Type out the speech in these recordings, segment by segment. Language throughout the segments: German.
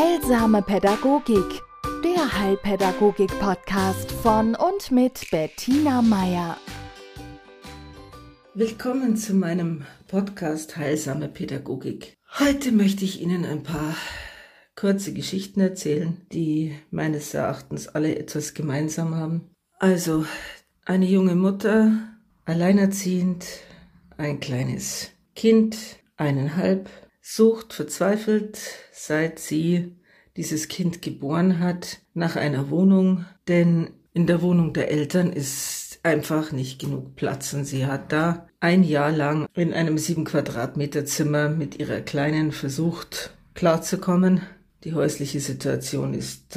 Heilsame Pädagogik, der Heilpädagogik-Podcast von und mit Bettina Meier. Willkommen zu meinem Podcast Heilsame Pädagogik. Heute möchte ich Ihnen ein paar kurze Geschichten erzählen, die meines Erachtens alle etwas gemeinsam haben. Also, eine junge Mutter, alleinerziehend, ein kleines Kind, 1,5, sucht verzweifelt, seit sie dieses Kind geboren hat, nach einer Wohnung, denn in der Wohnung der Eltern ist einfach nicht genug Platz und sie hat da ein Jahr lang in einem 7 Quadratmeter Zimmer mit ihrer Kleinen versucht klarzukommen. Die häusliche Situation ist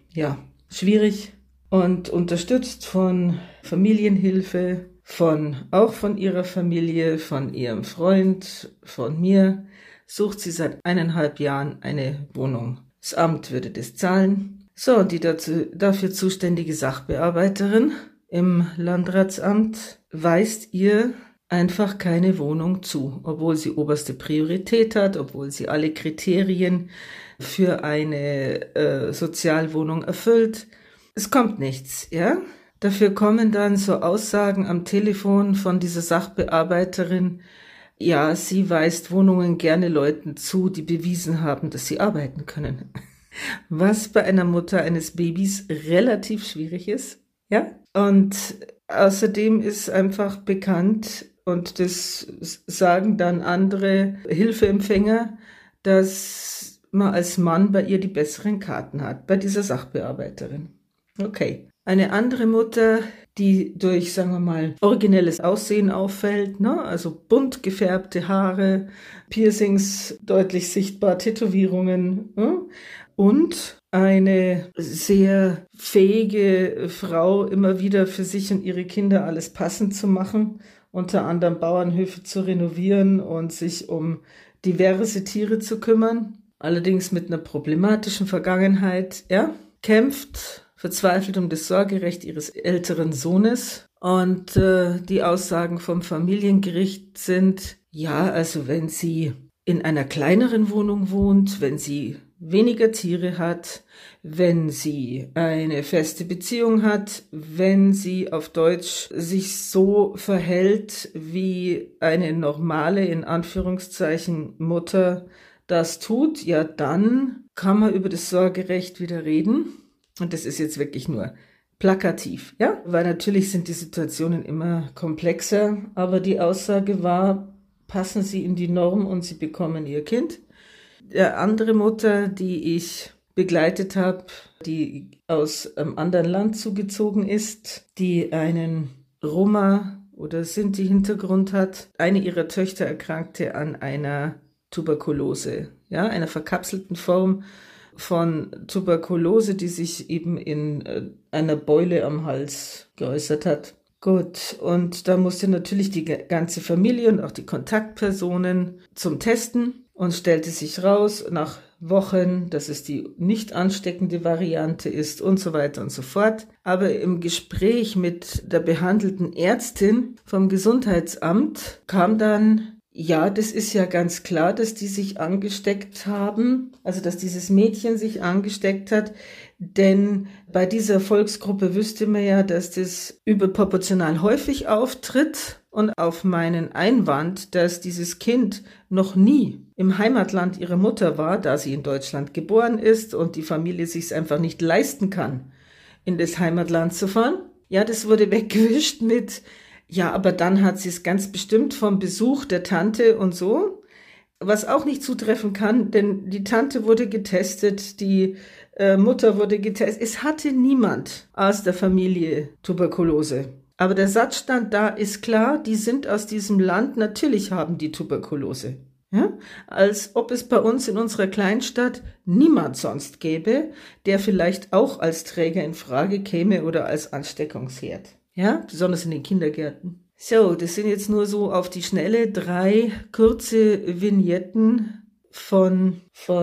schwierig und unterstützt von Familienhilfe, auch von ihrer Familie, von ihrem Freund, von mir, sucht sie seit 1,5 Jahren eine Wohnung. Das Amt würde das zahlen. So, und die dafür zuständige Sachbearbeiterin im Landratsamt weist ihr einfach keine Wohnung zu, obwohl sie oberste Priorität hat, obwohl sie alle Kriterien für eine Sozialwohnung erfüllt. Es kommt nichts, ja? Dafür kommen dann so Aussagen am Telefon von dieser Sachbearbeiterin, ja, sie weist Wohnungen gerne Leuten zu, die bewiesen haben, dass sie arbeiten können. Was bei einer Mutter eines Babys relativ schwierig ist, ja? Und außerdem ist einfach bekannt, und das sagen dann andere Hilfeempfänger, dass man als Mann bei ihr die besseren Karten hat, bei dieser Sachbearbeiterin. Okay. Eine andere Mutter, die durch, sagen wir mal, originelles Aussehen auffällt, ne? Also bunt gefärbte Haare, Piercings, deutlich sichtbar, Tätowierungen, ne? Und eine sehr fähige Frau, immer wieder für sich und ihre Kinder alles passend zu machen, unter anderem Bauernhöfe zu renovieren und sich um diverse Tiere zu kümmern, allerdings mit einer problematischen Vergangenheit, ja, kämpft verzweifelt um das Sorgerecht ihres älteren Sohnes. Und die Aussagen vom Familiengericht sind, ja, also wenn sie in einer kleineren Wohnung wohnt, wenn sie weniger Tiere hat, wenn sie eine feste Beziehung hat, wenn sie auf Deutsch sich so verhält, wie eine normale, in Anführungszeichen, Mutter das tut, ja, dann kann man über das Sorgerecht wieder reden. Und das ist jetzt wirklich nur plakativ, ja? Weil natürlich sind die Situationen immer komplexer, aber die Aussage war, passen Sie in die Norm und Sie bekommen Ihr Kind. Der andere Mutter, die ich begleitet habe, die aus einem anderen Land zugezogen ist, die einen Roma- oder Sinti-Hintergrund hat. Eine ihrer Töchter erkrankte an einer Tuberkulose, ja, einer verkapselten Form von Tuberkulose, die sich eben in einer Beule am Hals geäußert hat. Gut, und da musste natürlich die ganze Familie und auch die Kontaktpersonen zum Testen und stellte sich raus nach Wochen, dass es die nicht ansteckende Variante ist und so weiter und so fort. Aber im Gespräch mit der behandelten Ärztin vom Gesundheitsamt kam dann, ja, das ist ja ganz klar, dass die sich angesteckt haben, also dass dieses Mädchen sich angesteckt hat, denn bei dieser Volksgruppe wüsste man ja, dass das überproportional häufig auftritt. Und auf meinen Einwand, dass dieses Kind noch nie im Heimatland ihrer Mutter war, da sie in Deutschland geboren ist und die Familie sich es einfach nicht leisten kann, in das Heimatland zu fahren, ja, das wurde weggewischt mit, ja, aber dann hat sie es ganz bestimmt vom Besuch der Tante und so, was auch nicht zutreffen kann, denn die Tante wurde getestet, die Mutter wurde getestet. Es hatte niemand aus der Familie Tuberkulose. Aber der Satz stand da, ist klar, die sind aus diesem Land, natürlich haben die Tuberkulose. Ja? Als ob es bei uns in unserer Kleinstadt niemand sonst gäbe, der vielleicht auch als Träger in Frage käme oder als Ansteckungsherd. Ja, besonders in den Kindergärten. So, das sind jetzt nur so auf die Schnelle 3 kurze Vignetten von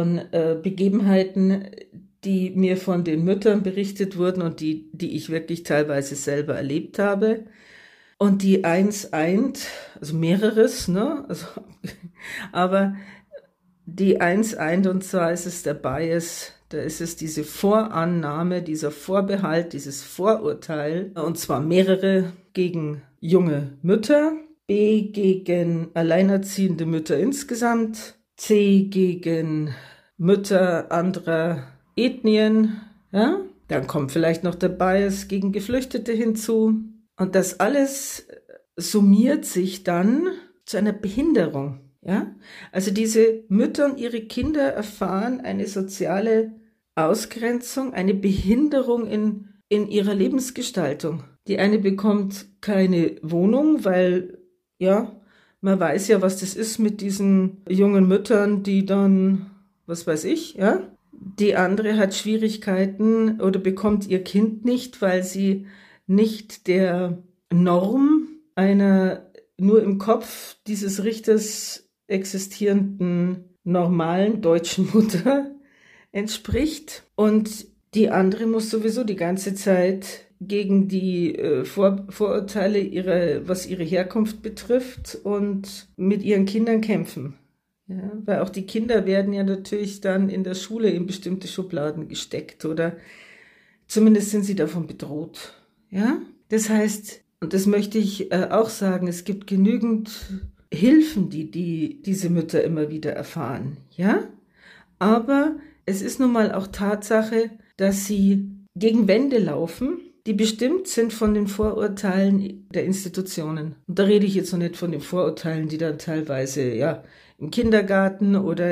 Begebenheiten, die mir von den Müttern berichtet wurden und die ich wirklich teilweise selber erlebt habe. Und die eins eint, also mehreres, ne? Aber die eins eint, und zwar ist es der Bias Da ist es diese Vorannahme, dieser Vorbehalt, dieses Vorurteil, und zwar mehrere gegen junge Mütter, B gegen alleinerziehende Mütter insgesamt, C gegen Mütter anderer Ethnien, ja? Dann kommt vielleicht noch der Bias gegen Geflüchtete hinzu. Und das alles summiert sich dann zu einer Behinderung. Ja? Also diese Mütter und ihre Kinder erfahren eine soziale Ausgrenzung, eine Behinderung in ihrer Lebensgestaltung. Die eine bekommt keine Wohnung, weil, ja, man weiß ja, was das ist mit diesen jungen Müttern, die dann, was weiß ich, ja. Die andere hat Schwierigkeiten oder bekommt ihr Kind nicht, weil sie nicht der Norm einer nur im Kopf dieses Richters existierenden normalen deutschen Mutter entspricht. Und die andere muss sowieso die ganze Zeit gegen die Vorurteile was ihre Herkunft betrifft und mit ihren Kindern kämpfen. Ja, weil auch die Kinder werden ja natürlich dann in der Schule in bestimmte Schubladen gesteckt oder zumindest sind sie davon bedroht. Ja, das heißt, und das möchte ich auch sagen, es gibt genügend Hilfen, die diese Mütter immer wieder erfahren. Ja, aber es ist nun mal auch Tatsache, dass sie gegen Wände laufen, die bestimmt sind von den Vorurteilen der Institutionen. Und da rede ich jetzt noch nicht von den Vorurteilen, die dann teilweise, ja, im Kindergarten oder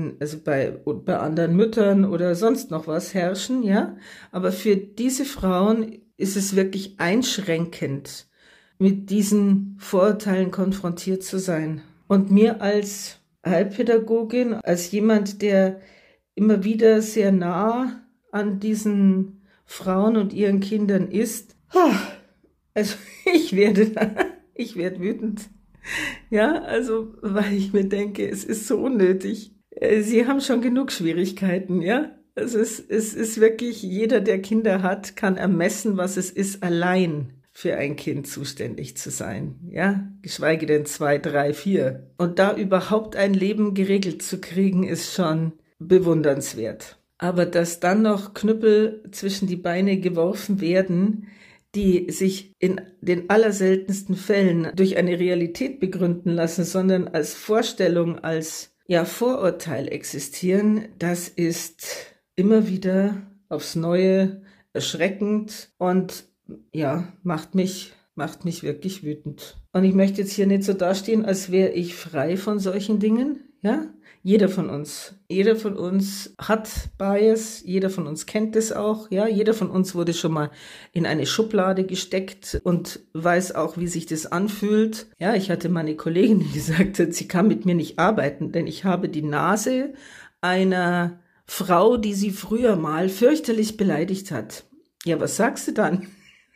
bei anderen Müttern oder sonst noch was herrschen, ja. Aber für diese Frauen ist es wirklich einschränkend, mit diesen Vorurteilen konfrontiert zu sein. Und mir als Heilpädagogin, als jemand, der immer wieder sehr nah an diesen Frauen und ihren Kindern ist, also ich werde wütend. Ja, also, weil ich mir denke, es ist so unnötig. Sie haben schon genug Schwierigkeiten, ja. Also es ist wirklich, jeder, der Kinder hat, kann ermessen, was es ist, allein für ein Kind zuständig zu sein, ja. Geschweige denn 2, 3, 4. Und da überhaupt ein Leben geregelt zu kriegen, ist schon bewundernswert. Aber dass dann noch Knüppel zwischen die Beine geworfen werden, die sich in den allerseltensten Fällen durch eine Realität begründen lassen, sondern als Vorstellung, als Vorurteil existieren, das ist immer wieder aufs Neue erschreckend und macht mich wirklich wütend. Und ich möchte jetzt hier nicht so dastehen, als wäre ich frei von solchen Dingen, ja? Jeder von uns hat Bias, jeder von uns kennt es auch, ja, jeder von uns wurde schon mal in eine Schublade gesteckt und weiß auch, wie sich das anfühlt. Ja, ich hatte mal eine Kollegin, die gesagt hat, sie kann mit mir nicht arbeiten, denn ich habe die Nase einer Frau, die sie früher mal fürchterlich beleidigt hat. Ja, was sagst du dann?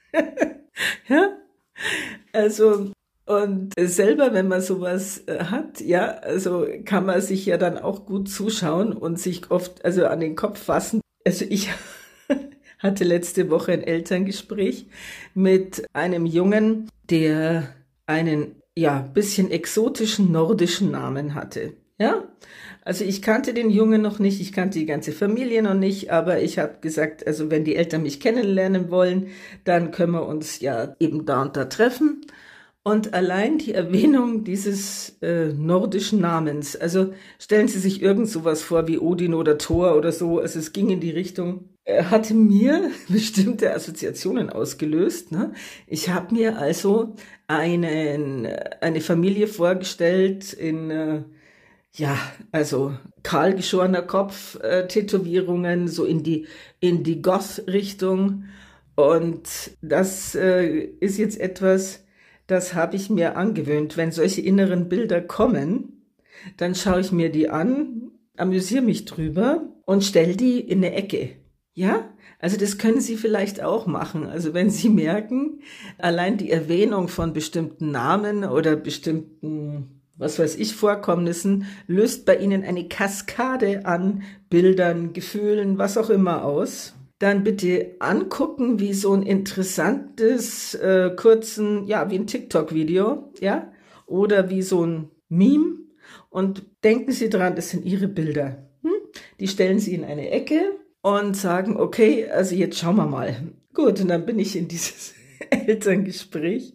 Ja, also, und selber, wenn man sowas hat, ja, also kann man sich ja dann auch gut zuschauen und sich oft an den Kopf fassen. Also ich hatte letzte Woche ein Elterngespräch mit einem Jungen, der einen, bisschen exotischen nordischen Namen hatte. Ja, also ich kannte den Jungen noch nicht, ich kannte die ganze Familie noch nicht, aber ich habe gesagt, also wenn die Eltern mich kennenlernen wollen, dann können wir uns ja eben da und da treffen. Und allein die Erwähnung dieses nordischen Namens, also stellen Sie sich irgend sowas vor wie Odin oder Thor oder so, also es ging in die Richtung, hatte mir bestimmte Assoziationen ausgelöst. Ne? Ich habe mir also eine Familie vorgestellt in, kahlgeschorener Kopf, Tätowierungen, so in die Goth-Richtung. Und das ist jetzt etwas, das habe ich mir angewöhnt. Wenn solche inneren Bilder kommen, dann schaue ich mir die an, amüsiere mich drüber und stelle die in eine Ecke. Ja, also das können Sie vielleicht auch machen. Also wenn Sie merken, allein die Erwähnung von bestimmten Namen oder bestimmten, Vorkommnissen löst bei Ihnen eine Kaskade an Bildern, Gefühlen, was auch immer aus. Dann bitte angucken, wie so ein interessantes, wie ein TikTok-Video, ja, oder wie so ein Meme. Und denken Sie dran, das sind Ihre Bilder. Die stellen Sie in eine Ecke und sagen, okay, also jetzt schauen wir mal. Gut, und dann bin ich in dieses Elterngespräch.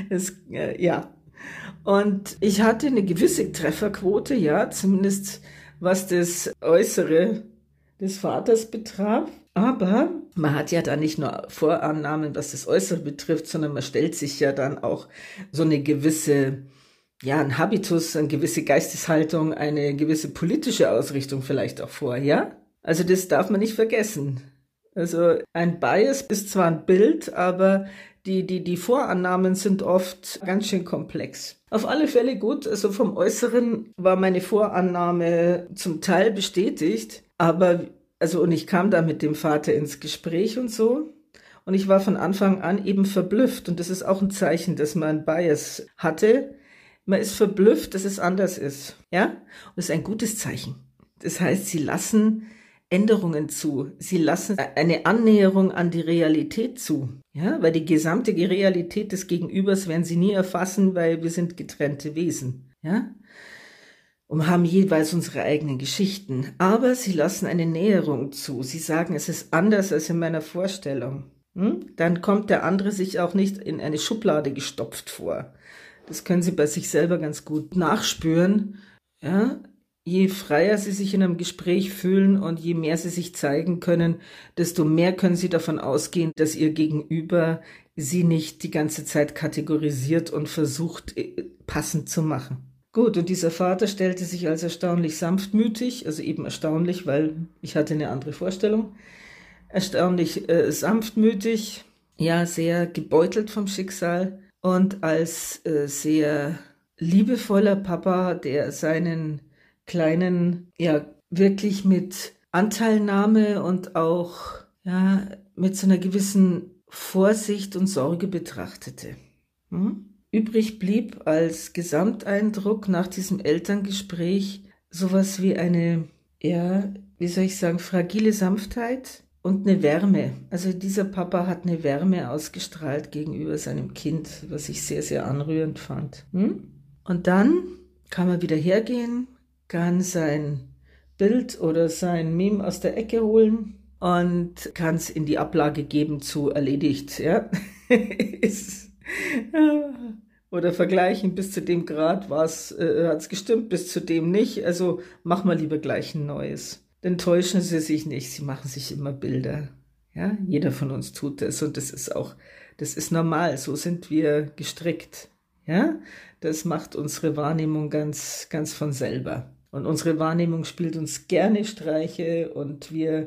Ja. Und ich hatte eine gewisse Trefferquote, ja, zumindest was das Äußere des Vaters betraf. Aber man hat ja dann nicht nur Vorannahmen, was das Äußere betrifft, sondern man stellt sich ja dann auch so eine gewisse, ja, ein Habitus, eine gewisse Geisteshaltung, eine gewisse politische Ausrichtung vielleicht auch vor, ja? Also das darf man nicht vergessen. Also ein Bias ist zwar ein Bild, aber die Vorannahmen sind oft ganz schön komplex. Auf alle Fälle gut, also vom Äußeren war meine Vorannahme zum Teil bestätigt, und ich kam da mit dem Vater ins Gespräch und so. Und ich war von Anfang an eben verblüfft. Und das ist auch ein Zeichen, dass man ein Bias hatte. Man ist verblüfft, dass es anders ist. Ja? Und das ist ein gutes Zeichen. Das heißt, sie lassen Änderungen zu. Sie lassen eine Annäherung an die Realität zu. Ja? Weil die gesamte Realität des Gegenübers werden sie nie erfassen, weil wir sind getrennte Wesen. Ja? Und haben jeweils unsere eigenen Geschichten. Aber sie lassen eine Näherung zu. Sie sagen, es ist anders als in meiner Vorstellung. Dann kommt der andere sich auch nicht in eine Schublade gestopft vor. Das können Sie bei sich selber ganz gut nachspüren. Ja? Je freier Sie sich in einem Gespräch fühlen und je mehr Sie sich zeigen können, desto mehr können Sie davon ausgehen, dass Ihr Gegenüber Sie nicht die ganze Zeit kategorisiert und versucht, passend zu machen. Gut, und dieser Vater stellte sich als erstaunlich sanftmütig, also eben erstaunlich, weil ich hatte eine andere Vorstellung, erstaunlich sanftmütig, ja, sehr gebeutelt vom Schicksal und als sehr liebevoller Papa, der seinen Kleinen ja wirklich mit Anteilnahme und auch ja mit so einer gewissen Vorsicht und Sorge betrachtete. Übrig blieb als Gesamteindruck nach diesem Elterngespräch sowas wie eine, ja, wie soll ich sagen, fragile Sanftheit und eine Wärme. Also dieser Papa hat eine Wärme ausgestrahlt gegenüber seinem Kind, was ich sehr, sehr anrührend fand. Und dann kann man wieder hergehen, kann sein Bild oder sein Meme aus der Ecke holen und kann es in die Ablage geben zu erledigt, ja. Oder vergleichen, bis zu dem Grad hat es gestimmt, bis zu dem nicht. Also mach mal lieber gleich ein neues. Dann täuschen Sie sich nicht, Sie machen sich immer Bilder. Ja, jeder von uns tut das und das ist normal, so sind wir gestrickt. Ja, das macht unsere Wahrnehmung ganz, ganz von selber. Und unsere Wahrnehmung spielt uns gerne Streiche und wir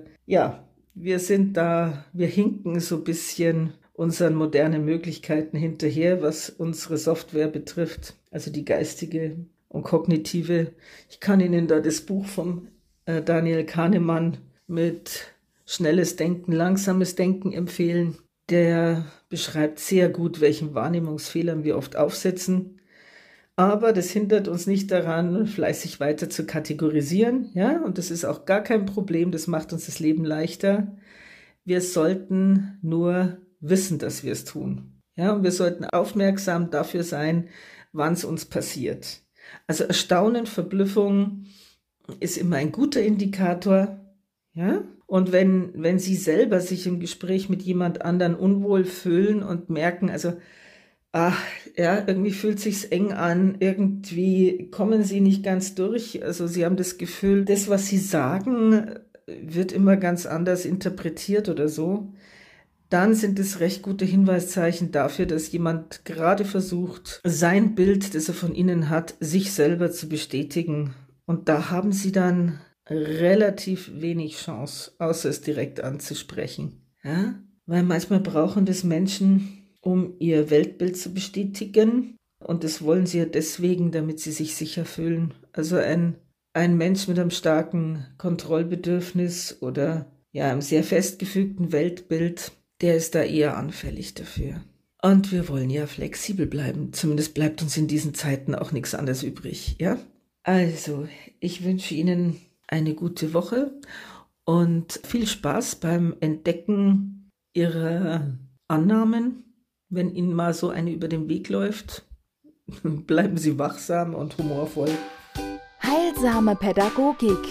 hinken so ein bisschen unseren modernen Möglichkeiten hinterher, was unsere Software betrifft, also die geistige und kognitive. Ich kann Ihnen da das Buch von Daniel Kahnemann mit Schnelles Denken, Langsames Denken empfehlen. Der beschreibt sehr gut, welchen Wahrnehmungsfehlern wir oft aufsetzen. Aber das hindert uns nicht daran, fleißig weiter zu kategorisieren. Ja? Und das ist auch gar kein Problem, das macht uns das Leben leichter. Wir sollten nur wissen, dass wir es tun. Ja, und wir sollten aufmerksam dafür sein, wann es uns passiert. Also Erstaunen, Verblüffung ist immer ein guter Indikator. Ja? Und wenn Sie selber sich im Gespräch mit jemand anderen unwohl fühlen und merken, also irgendwie fühlt sich's eng an, irgendwie kommen Sie nicht ganz durch. Also Sie haben das Gefühl, das, was Sie sagen, wird immer ganz anders interpretiert oder so. Dann sind es recht gute Hinweiszeichen dafür, dass jemand gerade versucht, sein Bild, das er von Ihnen hat, sich selber zu bestätigen. Und da haben Sie dann relativ wenig Chance, außer es direkt anzusprechen. Ja? Weil manchmal brauchen das Menschen, um ihr Weltbild zu bestätigen. Und das wollen sie ja deswegen, damit sie sich sicher fühlen. Also ein Mensch mit einem starken Kontrollbedürfnis oder ja, einem sehr festgefügten Weltbild, der ist da eher anfällig dafür. Und wir wollen ja flexibel bleiben. Zumindest bleibt uns in diesen Zeiten auch nichts anderes übrig. Ja? Also, ich wünsche Ihnen eine gute Woche und viel Spaß beim Entdecken Ihrer Annahmen. Wenn Ihnen mal so eine über den Weg läuft, bleiben Sie wachsam und humorvoll. Heilsame Pädagogik.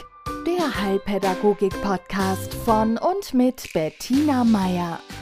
Der Heilpädagogik-Podcast von und mit Bettina Meier.